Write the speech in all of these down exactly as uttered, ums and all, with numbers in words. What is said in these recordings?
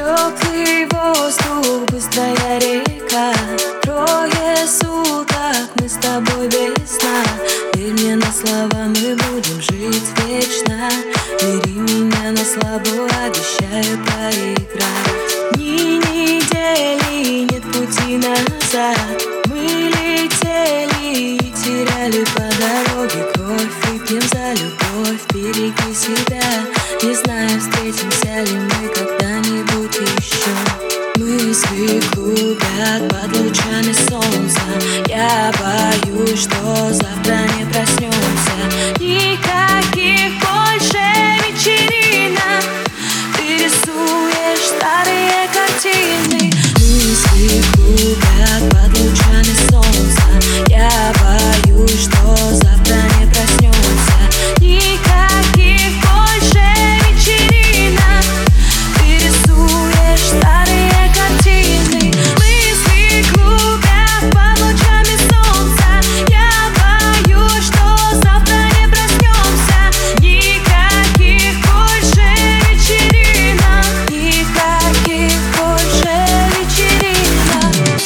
Теплый воздух, быстрая река, трое суток мы с тобой без сна. Верь мне на слова, мы будем жить вечно. Бери меня на слабо, обещаю проиграть. Ни недели, нет пути назад. Мы летели и теряли по дороге кровь. Выпьем за любовь, береги себя. Не знаю, встретимся ли мы когда-нибудь еще. Мысли клубят под лучами солнца. Я боюсь, что завтра не проснемся. Никаких больше вечеринок. Ты рисуешь старые картины. Мысли клубят под лучами солнца. Я боюсь, что завтра не проснемся. Никаких больше вечеринок. Ты рисуешь старые картины. Мысли клубят под лучами солнца. Я боюсь, что завтра не проснемся. Никаких больше вечеринок. Никаких больше вечеринок.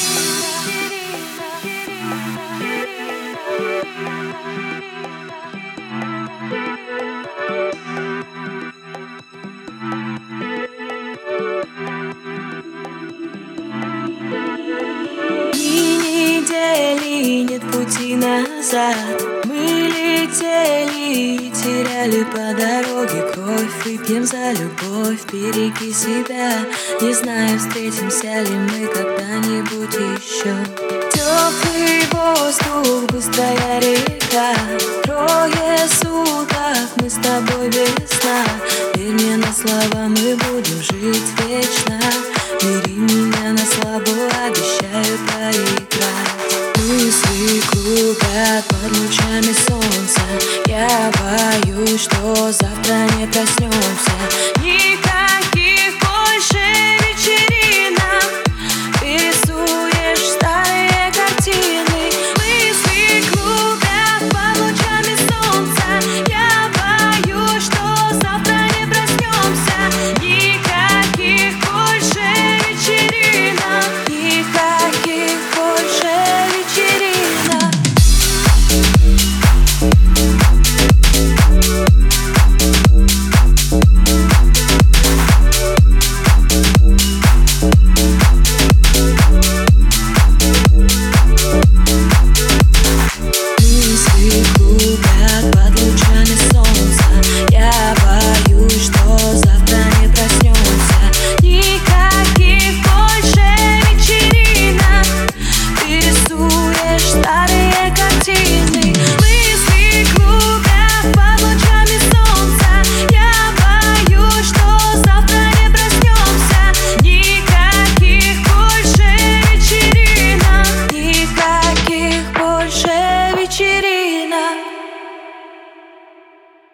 Ни недели, нет пути назад. Мы летели и теряли по дороге кровь. Выпьем за любовь, береги себя. Не знаю, встретимся ли мы когда-нибудь еще. Теплый воздух, быстрая река, трое суток мы с тобой без сна. Верь мне на слова, мы будем жить вечно.